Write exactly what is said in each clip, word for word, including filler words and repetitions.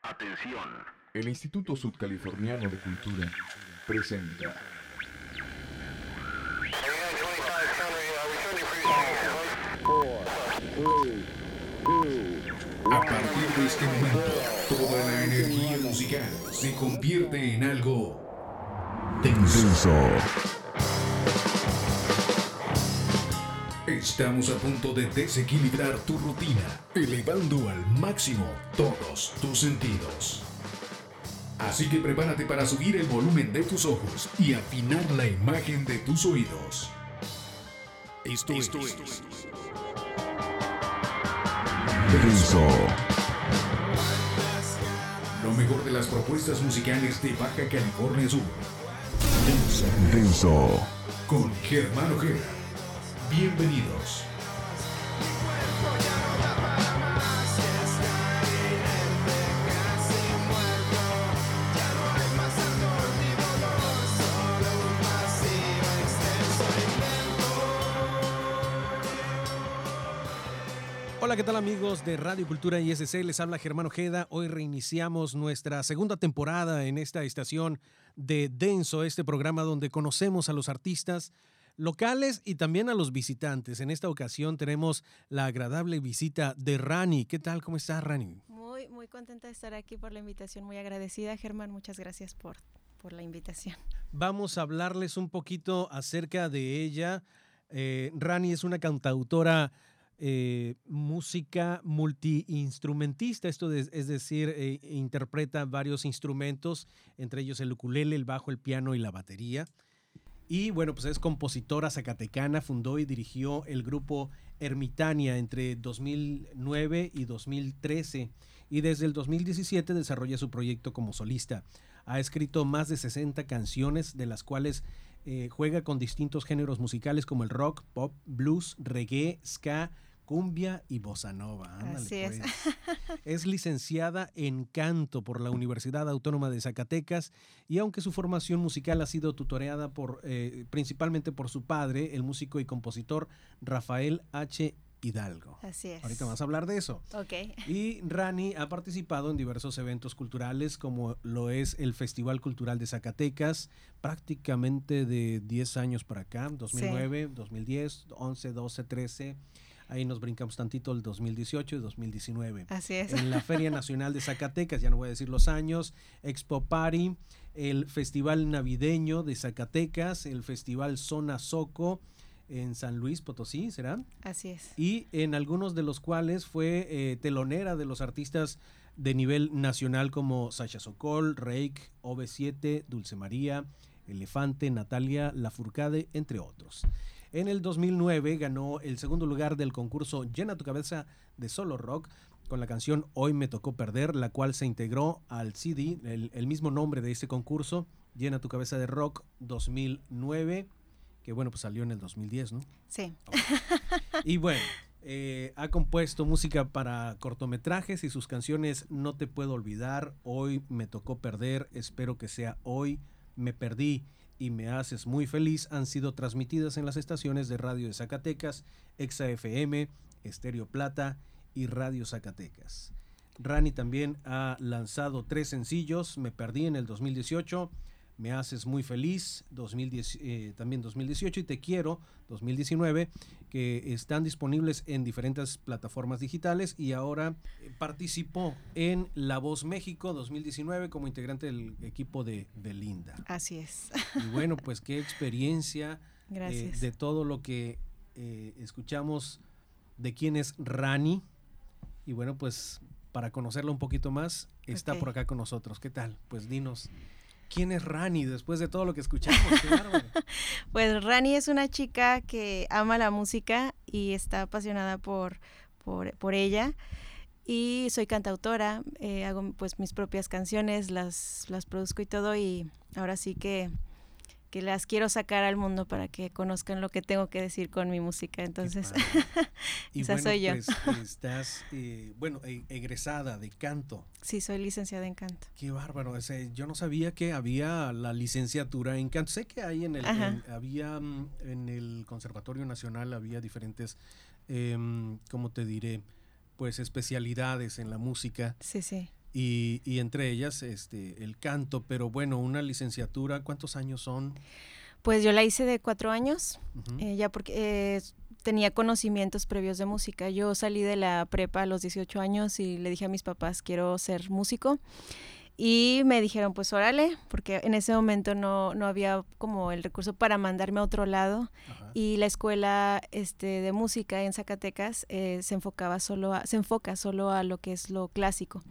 Atención. El Instituto Sudcaliforniano de Cultura presenta A partir de este momento, toda la energía musical se convierte en algo denso. Estamos a punto de desequilibrar tu rutina, elevando al máximo todos tus sentidos. Así que prepárate para subir el volumen de tus ojos y afinar la imagen de tus oídos. Esto, Esto es... es... Denso. Lo mejor de las propuestas musicales de Baja California Sur. Denso. Denso. Con Germán Ojeda. Bienvenidos. Hola, ¿qué tal amigos de Radio Cultura I S C? Les habla Germán Ojeda. Hoy reiniciamos nuestra segunda temporada en esta estación de Denso, este programa donde conocemos a los artistas locales y también a los visitantes. En esta ocasión tenemos la agradable visita de Rani. ¿Qué tal? ¿Cómo estás, Rani? Muy, muy contenta de estar aquí por la invitación. Muy agradecida, Germán. Muchas gracias por, por la invitación. Vamos a hablarles un poquito acerca de ella. Eh, Rani es una cantautora Eh, música multiinstrumentista, esto de, es decir, eh, interpreta varios instrumentos, entre ellos el ukulele, el bajo, el piano y la batería. Y bueno, pues es compositora zacatecana, fundó y dirigió el grupo Ermitaña entre dos mil nueve y dos mil trece y desde el dos mil diecisiete desarrolla su proyecto como solista. Ha escrito más de sesenta canciones, de las cuales eh, juega con distintos géneros musicales como el rock, pop, blues, reggae, ska, cumbia y bossa nova. Ándale, Así es. Pues. Es licenciada en canto por la Universidad Autónoma de Zacatecas y aunque su formación musical ha sido tutoreada por, eh, principalmente por su padre, el músico y compositor Rafael H. Hidalgo. Así es. Ahorita vamos a hablar de eso. Ok. Y Rani ha participado en diversos eventos culturales como lo es el Festival Cultural de Zacatecas, prácticamente de diez años para acá, dos mil nueve, sí. dos mil diez, once, doce, trece... Ahí nos brincamos tantito el dos mil dieciocho y dos mil diecinueve. Así es. En la Feria Nacional de Zacatecas, ya no voy a decir los años, Expo Party, el Festival Navideño de Zacatecas, el Festival Zona Soco en San Luis Potosí, ¿será? Así es. Y en algunos de los cuales fue eh, telonera de los artistas de nivel nacional como Sasha Sokol, Reik, O V siete, Dulce María, Elefante, Natalia Lafourcade, entre otros. En el dos mil nueve ganó el segundo lugar del concurso Llena tu cabeza de Solo Rock con la canción Hoy me tocó perder, la cual se integró al C D, el, el mismo nombre de este concurso, Llena tu cabeza de Rock dos mil nueve, que bueno, pues salió en el dos mil diez, ¿no? Sí. Okay. Y bueno, eh, ha compuesto música para cortometrajes y sus canciones No te puedo olvidar, Hoy me tocó perder, Espero que sea hoy, Me perdí y Me haces muy feliz han sido transmitidas en las estaciones de Radio de Zacatecas, Exa F M, Estéreo Plata y Radio Zacatecas. Rani también ha lanzado tres sencillos, Me perdí en el dos mil dieciocho, Me haces muy feliz, dos mil diez, eh, también dos mil dieciocho y Te quiero, dos mil diecinueve, que están disponibles en diferentes plataformas digitales y ahora eh, participó en La Voz México dos mil diecinueve como integrante del equipo de Belinda. Así es. Y bueno, pues qué experiencia eh, de todo lo que eh, escuchamos de quién es Rani. Y bueno, pues para conocerla un poquito más, está okay. por acá con nosotros. ¿Qué tal? Pues dinos, ¿quién es Rani después de todo lo que escuchamos? ¡Qué bárbaro! Pues Rani es una chica que ama la música y está apasionada por, por, por ella. Y soy cantautora, eh, hago pues mis propias canciones, las, las produzco y todo, y ahora sí que, que las quiero sacar al mundo para que conozcan lo que tengo que decir con mi música. Entonces, esa bueno, soy yo. Pues estás, eh, bueno, e- egresada de canto. Sí, soy licenciada en canto. Qué bárbaro, o sea, yo no sabía que había la licenciatura en canto. Sé que hay en el, en, había en el Conservatorio Nacional, había diferentes, eh, ¿cómo te diré? Pues especialidades en la música. Sí, sí. y, y entre ellas este, el canto, pero bueno, una licenciatura, ¿cuántos años son? Pues yo la hice de cuatro años, Uh-huh. eh, ya porque eh, tenía conocimientos previos de música. Yo salí de la prepa a los dieciocho años y le dije a mis papás, quiero ser músico. Y me dijeron, pues órale, porque en ese momento no, no había como el recurso para mandarme a otro lado. Ajá. Y la escuela este, de música en Zacatecas eh, se enfocaba solo a, se enfoca solo a lo que es lo clásico.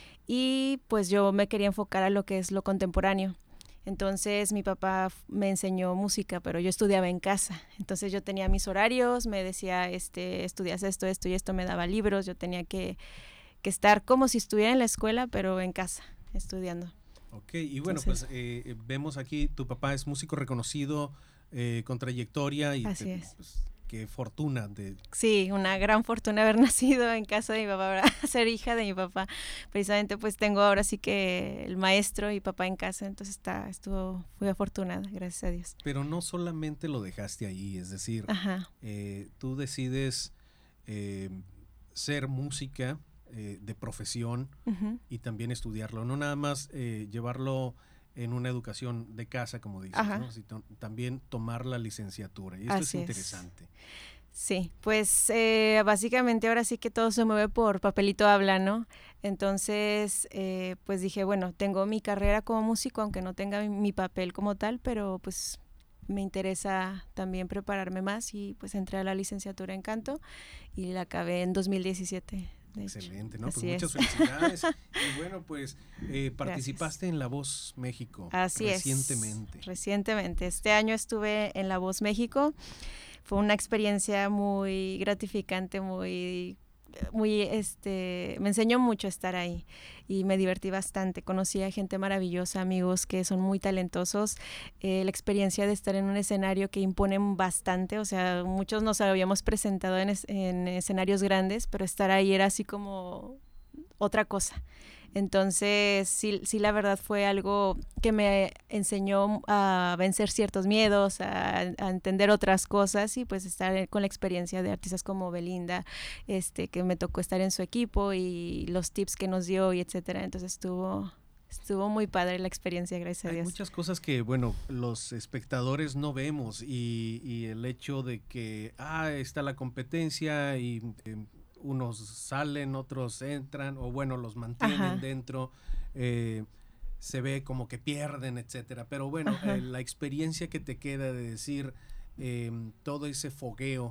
Y pues yo me quería enfocar a lo que es lo contemporáneo. Entonces mi papá me enseñó música, pero yo estudiaba en casa. Entonces yo tenía mis horarios, me decía, este, estudias esto, esto y esto, me daba libros. Yo tenía que, que estar como si estuviera en la escuela, pero en casa, estudiando. Ok, y bueno, Entonces, pues eh, vemos aquí, tu papá es músico reconocido, eh, con trayectoria y así te- es. pues, qué fortuna de... Sí, una gran fortuna haber nacido en casa de mi papá, ¿verdad? Ser hija de mi papá. Precisamente pues tengo ahora sí que el maestro y papá en casa, entonces está, estuvo, fui afortunada, gracias a Dios. Pero no solamente lo dejaste ahí, es decir, Ajá, eh, tú decides eh, ser música eh, de profesión ujú, y también estudiarlo, no nada más eh, llevarlo en una educación de casa, como dices, Ajá. ¿no? Sino también tomar la licenciatura. Y esto Así es es. interesante. sí, pues eh, básicamente ahora sí que todo se mueve por papelito habla, ¿no? Entonces, eh, pues dije, bueno, tengo mi carrera como músico, aunque no tenga mi, mi papel como tal, pero pues me interesa también prepararme más y pues entré a la licenciatura en canto y la acabé en dos mil diecisiete. De hecho. Excelente, ¿no? Pues Así muchas es. felicidades. Y bueno, pues eh, participaste en La Voz México Así recientemente. es. Recientemente. Este año estuve en La Voz México. Fue una experiencia muy gratificante, muy, muy, este, me enseñó mucho estar ahí y me divertí bastante. Conocí a gente maravillosa, amigos que son muy talentosos. Eh, la experiencia de estar en un escenario que imponen bastante, o sea, muchos nos habíamos presentado en, es, en escenarios grandes, pero estar ahí era así como otra cosa. Entonces, sí, sí, la verdad fue algo que me enseñó a vencer ciertos miedos, a, a entender otras cosas y pues estar con la experiencia de artistas como Belinda, este, que me tocó estar en su equipo y los tips que nos dio y etcétera. Entonces estuvo, estuvo muy padre la experiencia, gracias a Hay Dios. muchas cosas que, bueno, los espectadores no vemos y, y el hecho de que, ah, está la competencia y eh, unos salen, otros entran o bueno, los mantienen Ajá. dentro, eh, se ve como que pierden, etcétera. Pero bueno, eh, la experiencia que te queda de decir eh, todo ese fogueo,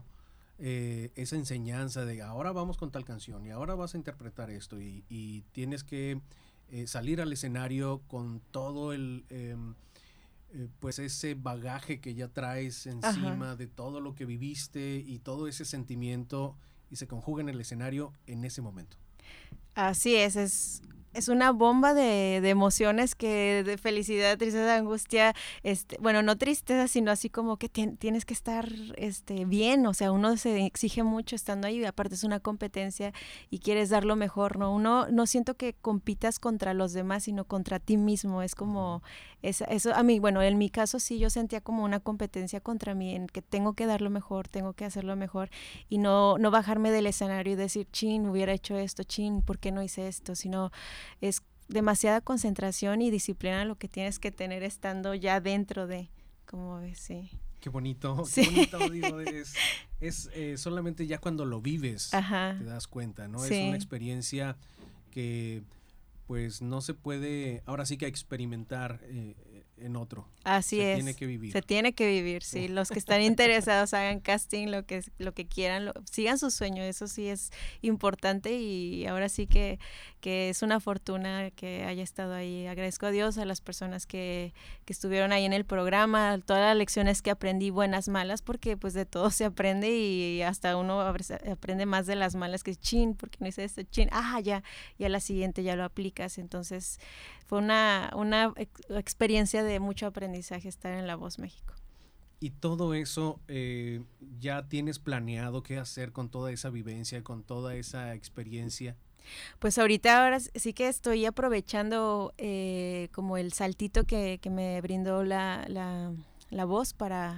eh, esa enseñanza de ahora vamos con tal canción y ahora vas a interpretar esto y, y tienes que eh, salir al escenario con todo el... Eh, eh, pues ese bagaje que ya traes encima Ajá. de todo lo que viviste y todo ese sentimiento y se conjuga en el escenario en ese momento. Así es, es, es una bomba de, de emociones que de felicidad, tristeza, angustia, este, bueno, no tristeza, sino así como que tien, tienes que estar este, bien, o sea, uno se exige mucho estando ahí, aparte es una competencia y quieres dar lo mejor, ¿no? Uno no siento que compitas contra los demás, sino contra ti mismo, es como, es, eso a mí, bueno, en mi caso sí, yo sentía como una competencia contra mí, en que tengo que dar lo mejor, tengo que hacerlo mejor y no, no bajarme del escenario y decir, chin, hubiera hecho esto, chin, ¿por qué no hice esto? Sino es demasiada concentración y disciplina lo que tienes que tener estando ya dentro de, como ves, sí. Qué bonito, sí. qué bonito, digo, es, es eh, solamente ya cuando lo vives Ajá. te das cuenta, ¿no? Sí. Es una experiencia que pues no se puede, ahora sí que experimentar eh, en otro. Así se es. tiene que vivir. Se tiene que vivir, sí. Los que están interesados hagan casting, lo que, lo que quieran, lo, sigan su sueño, eso sí es importante y ahora sí que, que es una fortuna que haya estado ahí. Agradezco a Dios, a las personas que, que estuvieron ahí en el programa, todas las lecciones que aprendí, buenas, malas, porque pues de todo se aprende y hasta uno aprende más de las malas que chin, porque no hice esto, chin, ah, ya, y a la siguiente ya lo aplicas. Entonces fue una, una ex- experiencia de mucho aprendizaje estar en La Voz México. Y todo eso, eh, ¿ya tienes planeado qué hacer con toda esa vivencia, con toda esa experiencia? Pues ahorita ahora sí que estoy aprovechando eh, como el saltito que, que me brindó la, la, la voz para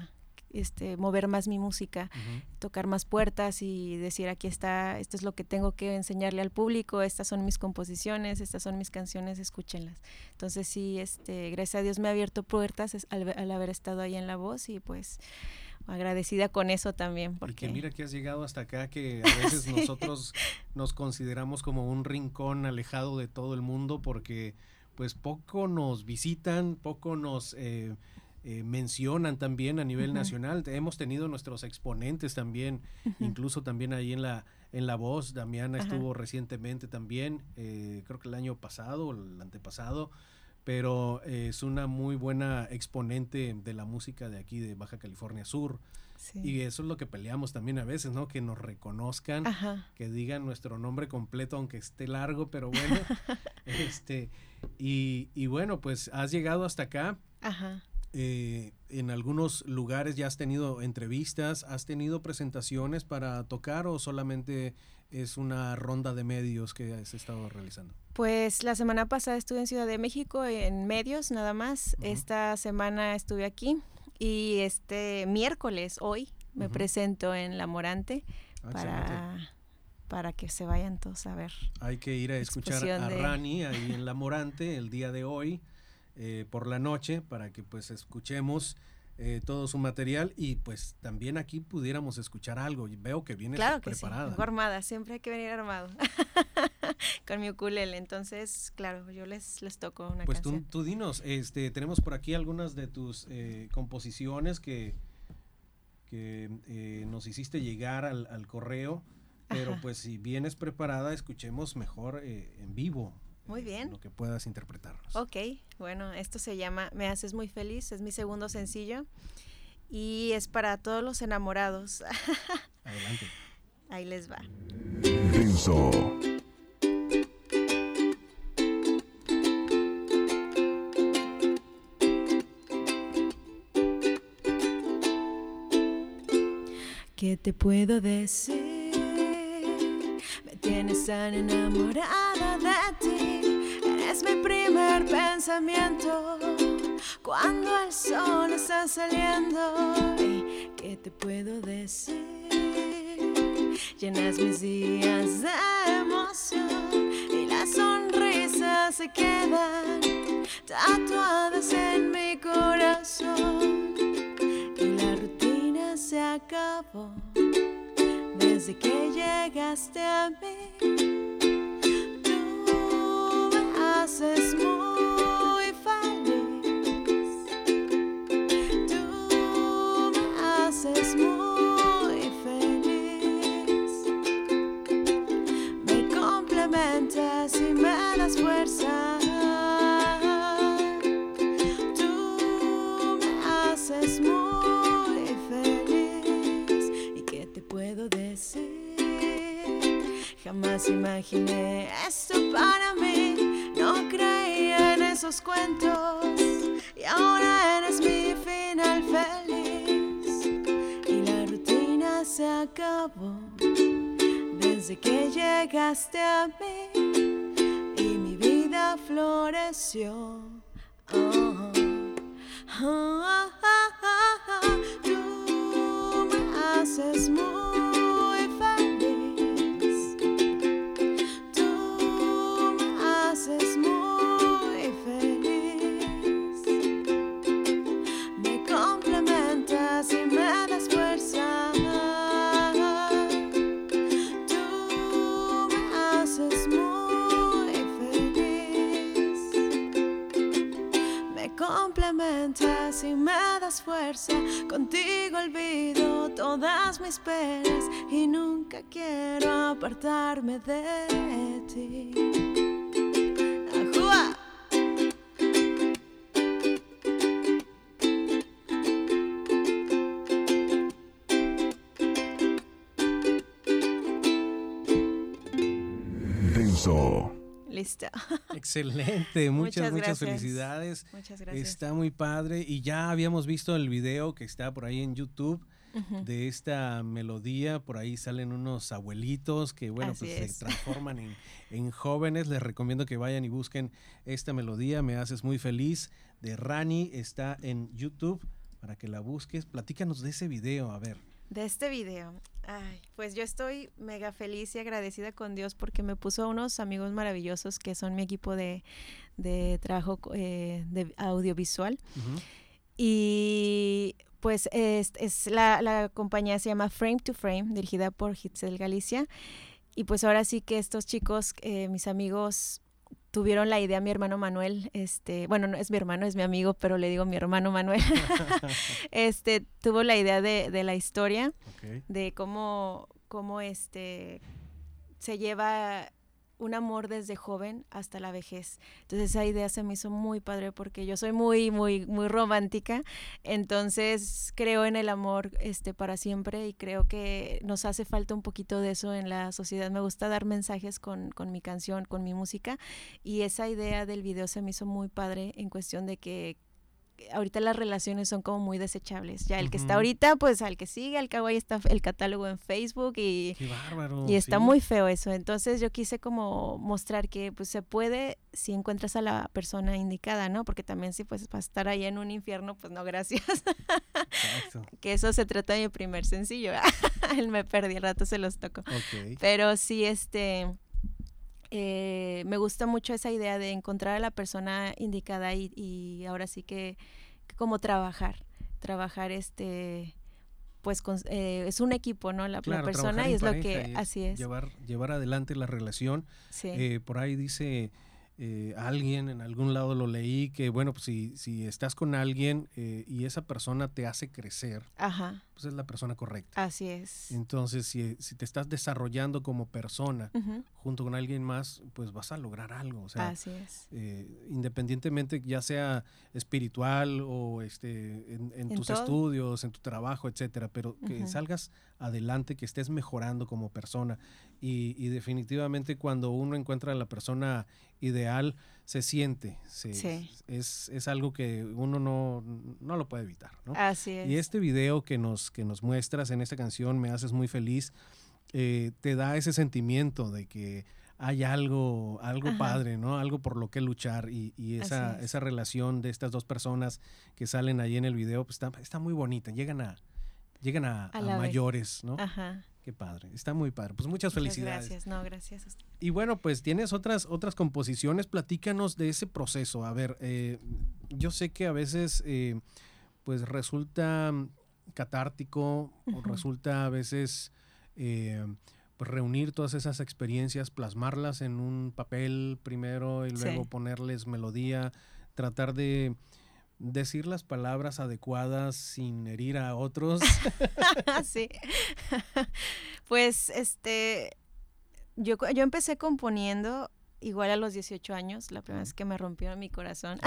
este, mover más mi música, uh-huh. tocar más puertas y decir, aquí está, esto es lo que tengo que enseñarle al público, estas son mis composiciones, estas son mis canciones, escúchenlas. Entonces sí, este, gracias a Dios me ha abierto puertas al, al haber estado ahí en La Voz y pues agradecida con eso también. Porque... Y que mira que has llegado hasta acá, que a veces sí. nosotros nos consideramos como un rincón alejado de todo el mundo porque pues poco nos visitan, poco nos... Eh, Eh, mencionan también a nivel uh-huh. nacional. Hemos tenido nuestros exponentes también, uh-huh. incluso también ahí en la en La Voz. Damiana uh-huh. estuvo recientemente también, eh, creo que el año pasado o el antepasado, pero eh, es una muy buena exponente de la música de aquí de Baja California Sur. Sí. Y eso es lo que peleamos también a veces, ¿no? Que nos reconozcan, uh-huh. que digan nuestro nombre completo, aunque esté largo, pero bueno. este y, y bueno, pues has llegado hasta acá. Ajá. Uh-huh. Eh, en algunos lugares ya has tenido entrevistas, has tenido presentaciones para tocar o solamente es una ronda de medios que has estado realizando? Pues la semana pasada estuve en Ciudad de México en medios nada más, uh-huh. esta semana estuve aquí y este miércoles hoy me uh-huh. presento en La Morante ah, para, para que se vayan todos a ver. Hay que ir a escuchar a de... Rani ahí en La Morante el día de hoy. Eh, por la noche para que pues escuchemos eh, todo su material y pues también aquí pudiéramos escuchar algo. Veo que vienes claro que preparada. Sí, vengo armada, siempre hay que venir armado con mi ukulele, entonces claro, yo les, les toco una pues canción. Pues tú, tú dinos, este, tenemos por aquí algunas de tus eh, composiciones que, que eh, nos hiciste llegar al, al correo, pero Ajá. pues si vienes preparada escuchemos mejor eh, en vivo. Muy bien. Lo que puedas interpretarnos. Ok, bueno, esto se llama Me Haces Muy Feliz, es mi segundo sencillo y es para todos los enamorados. Adelante. Ahí les va. Denso. ¿Qué te puedo decir? Me tienes tan enamorada de ti. Eres mi primer pensamiento cuando el sol está saliendo. ¿Qué te puedo decir? Llenas mis días de emoción y las sonrisas se quedan tatuadas en mi corazón. Y la rutina se acabó desde que llegaste a mí. Haces muy feliz, tú me haces muy feliz, me complementas y me das fuerza, tú me haces muy feliz. ¿Y qué te puedo decir? Jamás imaginé esto para mí. No creía en esos cuentos y ahora eres mi final feliz. Y la rutina se acabó desde que llegaste a mí y mi vida floreció. Oh, oh, oh, oh, oh. Tú me haces muy feliz. Tú me haces muy feliz. Me complementas y me das fuerza. Tú me haces muy feliz. Me complementas y me das fuerza. Contigo olvido todas mis penas y nunca quiero apartarme de ti. ¡Ajúa! Denso. Listo. Excelente, muchas, muchas, muchas felicidades. Muchas gracias. Está muy padre y ya habíamos visto el video que está por ahí en YouTube uh-huh. de esta melodía. Por ahí salen unos abuelitos que, bueno, Así pues es. se transforman en, en jóvenes. Les recomiendo que vayan y busquen esta melodía, Me Haces Muy Feliz, de Rani. Está en YouTube para que la busques. Platícanos de ese video, a ver. De este video, ay, pues yo estoy mega feliz y agradecida con Dios porque me puso a unos amigos maravillosos que son mi equipo de, de trabajo eh, de audiovisual. Uh-huh. Y pues es, es la, la compañía se llama Frame to Frame, dirigida por Hitzel Galicia. Y pues ahora sí que estos chicos, eh, mis amigos, tuvieron la idea, mi hermano Manuel, este, bueno, no es mi hermano, es mi amigo, pero le digo mi hermano Manuel, este, tuvo la idea de, de la historia, okay. de cómo, cómo este, se lleva un amor desde joven hasta la vejez. Entonces esa idea se me hizo muy padre porque yo soy muy, muy, muy romántica, entonces creo en el amor este, para siempre y creo que nos hace falta un poquito de eso en la sociedad. Me gusta dar mensajes con, con mi canción, con mi música, y esa idea del video se me hizo muy padre en cuestión de que ahorita las relaciones son como muy desechables. Ya el uh-huh. que está ahorita, pues al que sigue, al cabo ahí está el catálogo en Facebook y, Qué bárbaro, y está ¿sí? muy feo eso. Entonces yo quise como mostrar que pues se puede si encuentras a la persona indicada, ¿no? Porque también si pues para estar ahí en un infierno, pues no, gracias. Exacto. Que eso se trata de mi primer sencillo. El Me Perdí, al rato se los toco. Okay. Pero sí, este... Eh, me gusta mucho esa idea de encontrar a la persona indicada y, y ahora sí que, que como trabajar, trabajar este, pues con, eh, es un equipo, ¿no? La, claro, la persona y es lo que, así es. Llevar, llevar adelante la relación. Sí. Eh, por ahí dice eh, alguien, en algún lado lo leí, que bueno, pues si, si estás con alguien eh, y esa persona te hace crecer, ajá. pues es la persona correcta. Así es. Entonces, si, si te estás desarrollando como persona uh-huh. junto con alguien más, pues vas a lograr algo. O sea, así es. Eh, independientemente ya sea espiritual o este en, en, en tus todo. estudios, en tu trabajo, etcétera, pero que uh-huh. salgas adelante, que estés mejorando como persona. Y, y definitivamente cuando uno encuentra a la persona ideal, se siente, se, sí. es, es algo que uno no, no lo puede evitar, ¿no? Así es. Y este video que nos, que nos muestras en esta canción, Me Haces Muy Feliz, eh, te da ese sentimiento de que hay algo, algo padre, ¿no? Algo por lo que luchar y, y esa, esa relación de estas dos personas que salen ahí en el video, pues está, está muy bonita, llegan a, llegan a, a, a mayores, ¿no? Ajá. Qué padre, está muy padre. Pues muchas, muchas felicidades. Gracias, no, gracias a usted. Y bueno, pues tienes otras, otras composiciones, platícanos de ese proceso. A ver, eh, yo sé que a veces eh, pues resulta catártico, uh-huh. o resulta a veces eh, pues reunir todas esas experiencias, plasmarlas en un papel primero y luego sí. ponerles melodía, tratar de decir las palabras adecuadas sin herir a otros. Sí. Pues este yo, yo empecé componiendo igual a los dieciocho años, la primera vez que me rompieron mi corazón.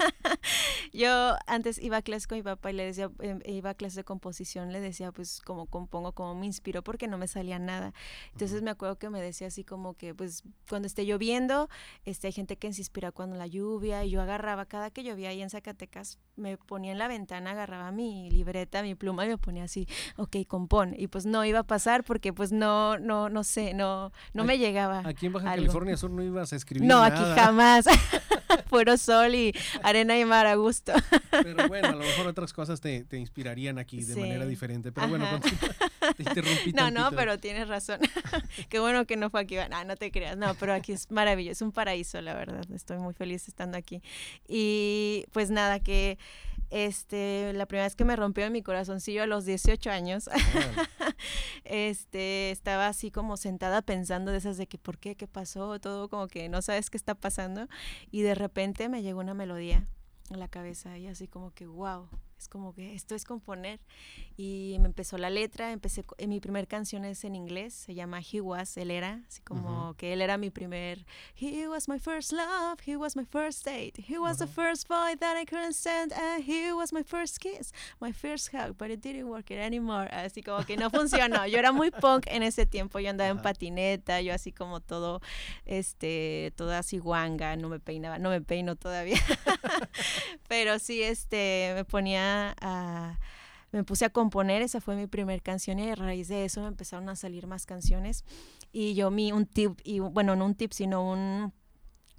Yo antes iba a clases con mi papá y le decía, eh, iba a clases de composición, le decía pues como compongo, como me inspiró porque no me salía nada. Entonces uh-huh. me acuerdo que me decía así como que pues cuando esté lloviendo, este, hay gente que se inspira cuando la lluvia, y yo agarraba, cada que llovía ahí en Zacatecas, me ponía en la ventana, agarraba mi libreta, mi pluma y me ponía así, ok, compón, y pues no iba a pasar porque pues no, no, no sé, no, no me llegaba. Aquí en Baja algo. California Sur no ibas a escribir no, nada. No, aquí jamás. Puro sol y arena y mar a gusto. Pero bueno, a lo mejor otras cosas te, te inspirarían aquí de sí. manera diferente. Pero Ajá. bueno, continúa. Te interrumpí No, tantito. no, pero tienes razón. Qué bueno que no fue aquí. No, no te creas. No, pero aquí es maravilloso. Es un paraíso, la verdad. Estoy muy feliz estando aquí. Y pues nada, que este la primera vez que me rompió mi corazoncillo a los dieciocho años, oh. este estaba así como sentada pensando de esas de que por qué, qué pasó, todo como que no sabes qué está pasando, y de repente me llegó una melodía en la cabeza y así como que wow, es como que esto es componer, y me empezó la letra, empecé, en mi primer canción es en inglés, se llama He Was, él era, así como uh-huh. que él era mi primer, He was my first love, he was my first date, he was uh-huh. the first boy that I couldn't stand, and he was my first kiss, my first hug, but it didn't work it anymore, así como que no funcionó. Yo era muy punk en ese tiempo, yo andaba uh-huh. en patineta, yo así como todo, este, toda así guanga, no me peinaba, no me peino todavía, pero sí, este, me ponía a, me puse a componer, esa fue mi primer canción, y a raíz de eso me empezaron a salir más canciones, y yo mi un tip, y bueno, no un tip, sino un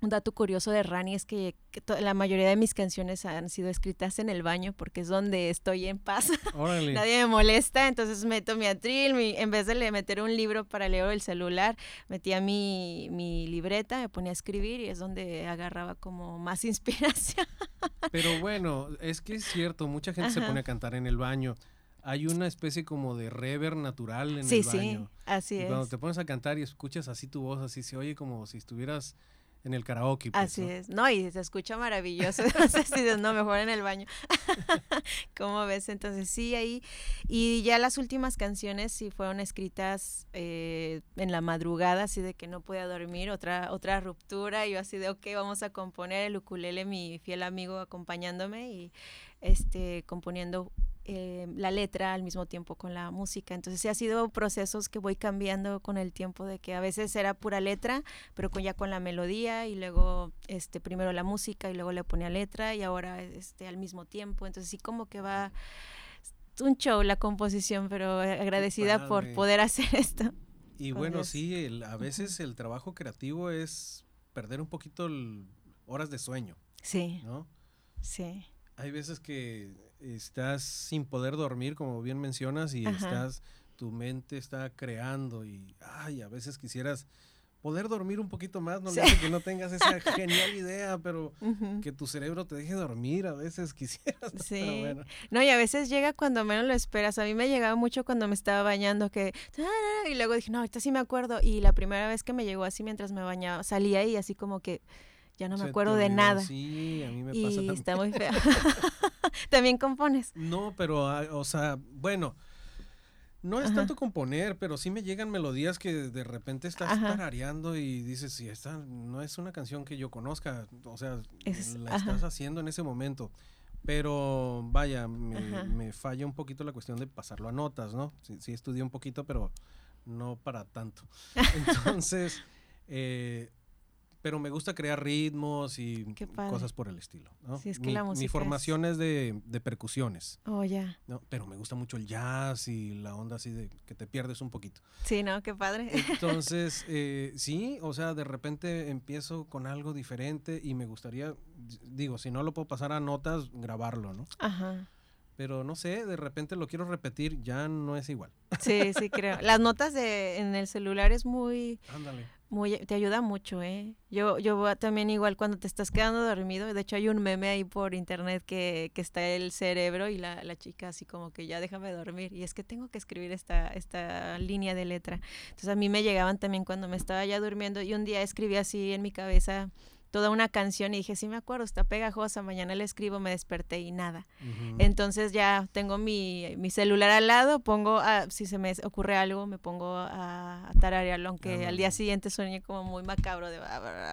un dato curioso de Rani es que, que to- la mayoría de mis canciones han sido escritas en el baño porque es donde estoy en paz. Órale. Nadie me molesta, entonces meto mi atril, mi, en vez de le- meter un libro para leer el celular, metía mi, mi libreta, me ponía a escribir y es donde agarraba como más inspiración. Pero bueno, es que es cierto, mucha gente se Ajá. pone a cantar en el baño. Hay una especie como de reverb natural en Sí, el sí, baño. así Y cuando es. te pones a cantar y escuchas así tu voz, así se oye como si estuvieras en el karaoke. Pues, Así ¿no? es. No, y se escucha maravilloso. Entonces, sí, no, mejor en el baño. ¿Cómo ves? Entonces, sí, ahí. Y ya las últimas canciones sí fueron escritas eh, en la madrugada, así de que no podía dormir, otra, otra ruptura. Y yo así de, ok, vamos a componer el ukulele, mi fiel amigo acompañándome y este componiendo eh, la letra al mismo tiempo con la música. Entonces sí ha sido procesos que voy cambiando con el tiempo, de que a veces era pura letra, pero con, ya con la melodía y luego este primero la música y luego le ponía letra y ahora este al mismo tiempo. Entonces sí como que va es un show la composición, pero agradecida por padre. poder hacer esto. Y con bueno, Dios. sí, el- a veces el trabajo creativo es perder un poquito el- horas de sueño, Sí, ¿no? sí. Hay veces que estás sin poder dormir, como bien mencionas, y Ajá. estás, tu mente está creando y, ay, a veces quisieras poder dormir un poquito más, no Sí. le hace que no tengas esa genial idea, pero Ujú. que tu cerebro te deje dormir, a veces quisieras, ¿no? Sí. Pero bueno. No, y a veces llega cuando menos lo esperas. A mí me llegaba mucho cuando me estaba bañando, que y luego dije, no, ahorita sí me acuerdo. Y la primera vez que me llegó así mientras me bañaba, salía y así como que ya no me Se te acuerdo de olvidó, nada. Sí, a mí me pasa Y también. está muy feo. ¿También compones? No, pero, ah, o sea, bueno, no es Ajá. tanto componer, pero sí me llegan melodías que de repente estás Ajá. tarareando y dices, si esta no es una canción que yo conozca, o sea, Es- la ajá. estás haciendo en ese momento. Pero vaya, me, Ajá. me falla un poquito la cuestión de pasarlo a notas, ¿no? Sí, sí estudié un poquito, pero no para tanto. Entonces, eh, pero me gusta crear ritmos y Qué padre. cosas por el estilo, ¿no? Sí, es que mi, la mi música formación es de, de percusiones. Oh, ya. No, pero me gusta mucho el jazz y la onda así de que te pierdes un poquito. Sí, ¿no? Qué padre. Entonces, eh, sí, o sea, de repente empiezo con algo diferente y me gustaría, digo, si no lo puedo pasar a notas, grabarlo, ¿no? Ajá. Pero no sé, de repente lo quiero repetir, ya no es igual. Sí, sí, creo. Las notas de en el celular es muy... Ándale. Muy, te ayuda mucho, ¿eh? Yo, yo también igual cuando te estás quedando dormido, de hecho hay un meme ahí por internet que, que está el cerebro y la, la chica así como que ya déjame dormir, y es que tengo que escribir esta, esta línea de letra. Entonces a mí me llegaban también cuando me estaba ya durmiendo y un día escribí así en mi cabeza toda una canción y dije, sí me acuerdo, está pegajosa, mañana la escribo, me desperté y nada. Ujú. Entonces ya tengo mi, mi celular al lado, pongo, a, si se me ocurre algo, me pongo a, a tararearlo, aunque Ándale. al día siguiente sueñe como muy macabro, de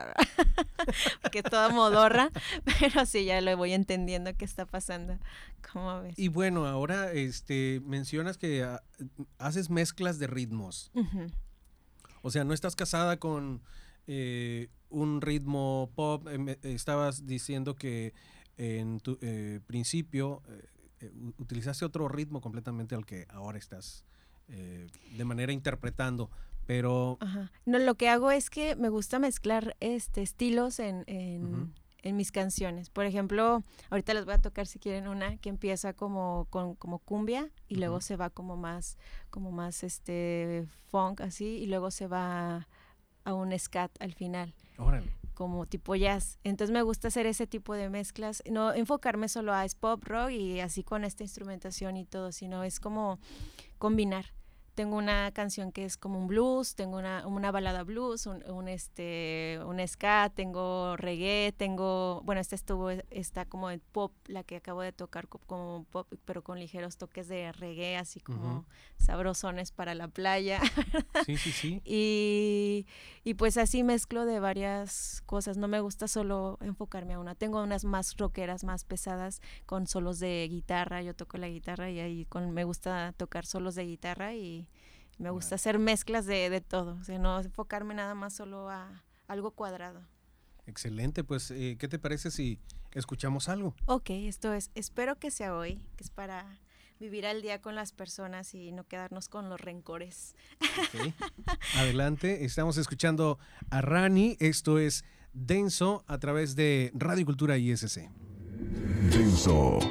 que toda modorra, pero sí, ya lo voy entendiendo qué está pasando. ¿Cómo ves? Y bueno, ahora este, mencionas que ah, haces mezclas de ritmos. Ujú. O sea, no estás casada con eh, un ritmo pop. Eh, me- estabas diciendo que en tu eh, principio eh, eh, u- utilizaste otro ritmo completamente al que ahora estás eh, de manera interpretando. Pero Ajá. No, lo que hago es que me gusta mezclar este estilos en, en, Ujú. en mis canciones. Por ejemplo, ahorita les voy a tocar si quieren una que empieza como con como cumbia y luego Ujú. se va como más como más este funk así y luego se va a un scat al final, órale. como tipo jazz. Entonces me gusta hacer ese tipo de mezclas, no enfocarme solo a es pop rock y así con esta instrumentación y todo, sino es como combinar. Tengo una canción que es como un blues, tengo una, una balada blues, un, un este un ska, tengo reggae, tengo, bueno, esta estuvo está como en pop, la que acabo de tocar co- como pop, pero con ligeros toques de reggae, así como Ujú. sabrosones para la playa. Sí, sí, sí. Y, y pues así mezclo de varias cosas, no me gusta solo enfocarme a una, tengo unas más rockeras, más pesadas, con solos de guitarra, yo toco la guitarra y ahí con, me gusta tocar solos de guitarra y me gusta Órale. hacer mezclas de, de todo, o sea, no enfocarme nada más solo a algo cuadrado. Excelente. Pues, eh, ¿qué te parece si escuchamos algo? Ok, esto es, espero que sea hoy, que es para vivir al día con las personas y no quedarnos con los rencores. Ok. Adelante. Estamos escuchando a Rani. Esto es Denso a través de Radio Cultura I S C. Denso.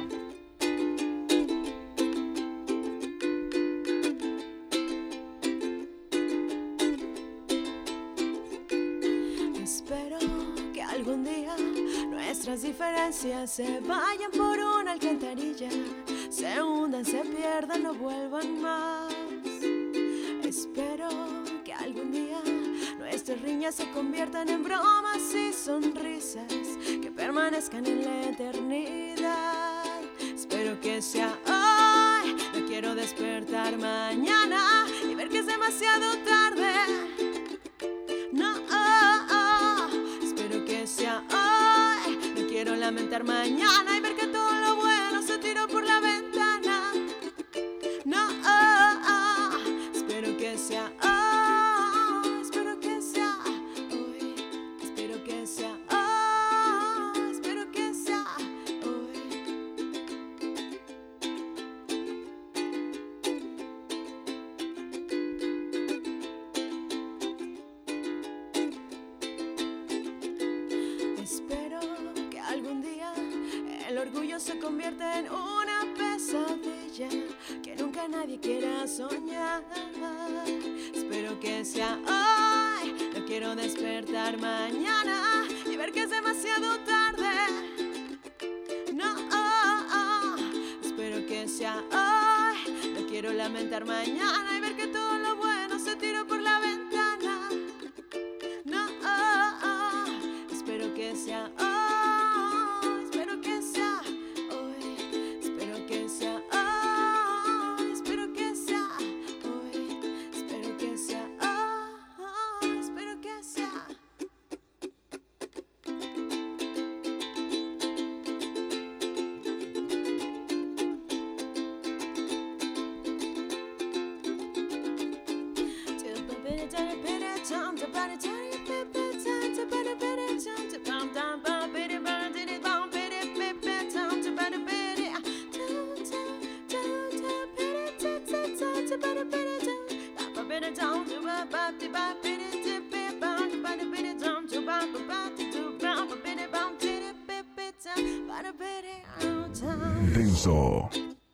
Espero que algún día nuestras diferencias se vayan por una alcantarilla, se hundan, se pierdan, no vuelvan más. Espero que algún día nuestras riñas se conviertan en bromas y sonrisas que permanezcan en la eternidad. Espero que sea hoy, no quiero despertar mañana y ver que es demasiado tarde. No, oh, oh. Espero que sea hoy, no quiero lamentar mañana y ver que todo lo bueno se tiró por la ventana. No, oh, oh. Espero que sea hoy, espero que sea hoy, espero que sea hoy, espero que sea hoy. Espero que algún día el orgullo se convierta en una pesadilla que nunca nadie quiera soñar. Espero que sea hoy, no quiero despertar mañana y ver que es demasiado tarde. No, oh, oh. Espero que sea hoy, no quiero lamentar mañana y ver que todo lo bueno se tiró por la ventana. No, oh, oh. Espero que sea hoy, espero que sea hoy, espero que sea hoy, espero que sea hoy, espero que sea hoy, espero que sea. Denso.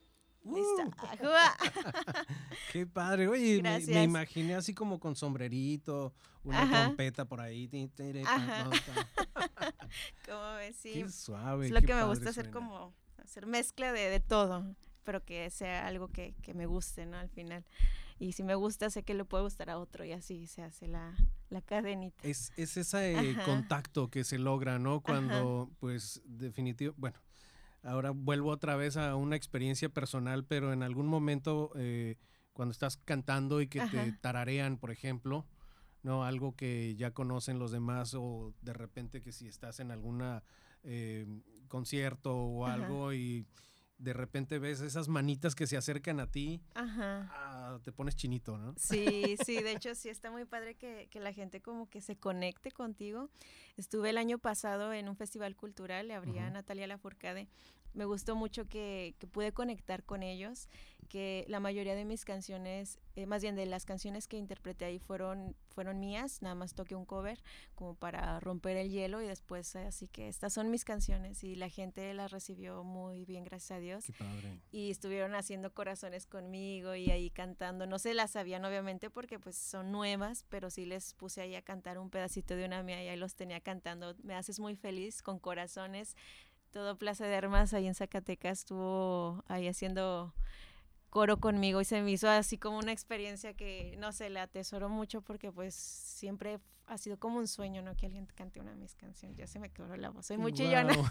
Qué padre. Oye, me, Gracias. me imaginé así como con sombrerito, una Ajá. trompeta por ahí. ti, tiri, Ajá. no, está- ¿Cómo ves? Sí. Qué suave. Es lo qué que me padre gusta hacer, suena. como hacer mezcla de, de todo, pero que sea algo que, que me guste, ¿no? Al final. Y si me gusta, sé que le puede gustar a otro y así se hace la, la cadenita. Es, es ese Ajá. contacto que se logra, ¿no? Cuando, pues, definitivo, bueno, ahora vuelvo otra vez a una experiencia personal, pero en algún momento, eh, cuando estás cantando y que te Ajá. tararean, por ejemplo, ¿no? Algo que ya conocen los demás, o de repente que si estás en alguna eh, concierto o Ajá. algo y de repente ves esas manitas que se acercan a ti, Ajá. ah, te pones chinito, ¿no? Sí, sí, de hecho sí está muy padre que, que la gente como que se conecte contigo. Estuve el año pasado en un festival cultural, le abría a Ujú. Natalia Lafourcade. Me gustó mucho que, que pude conectar con ellos, que la mayoría de mis canciones, eh, más bien de las canciones que interpreté ahí fueron, fueron mías, nada más toqué un cover como para romper el hielo y después eh, así que estas son mis canciones y la gente las recibió muy bien, gracias a Dios. Qué padre. Y estuvieron haciendo corazones conmigo y ahí cantando, no se las sabían obviamente porque pues son nuevas, pero sí les puse ahí a cantar un pedacito de una mía y ahí los tenía cantando, me haces muy feliz con corazones. Todo Plaza de Armas ahí en Zacatecas estuvo ahí haciendo coro conmigo y se me hizo así como una experiencia que, no sé, la atesoro mucho porque pues siempre ha sido como un sueño, ¿no? Que alguien cante una de mis canciones. Ya se me quebró la voz, soy muy chillona. Guau.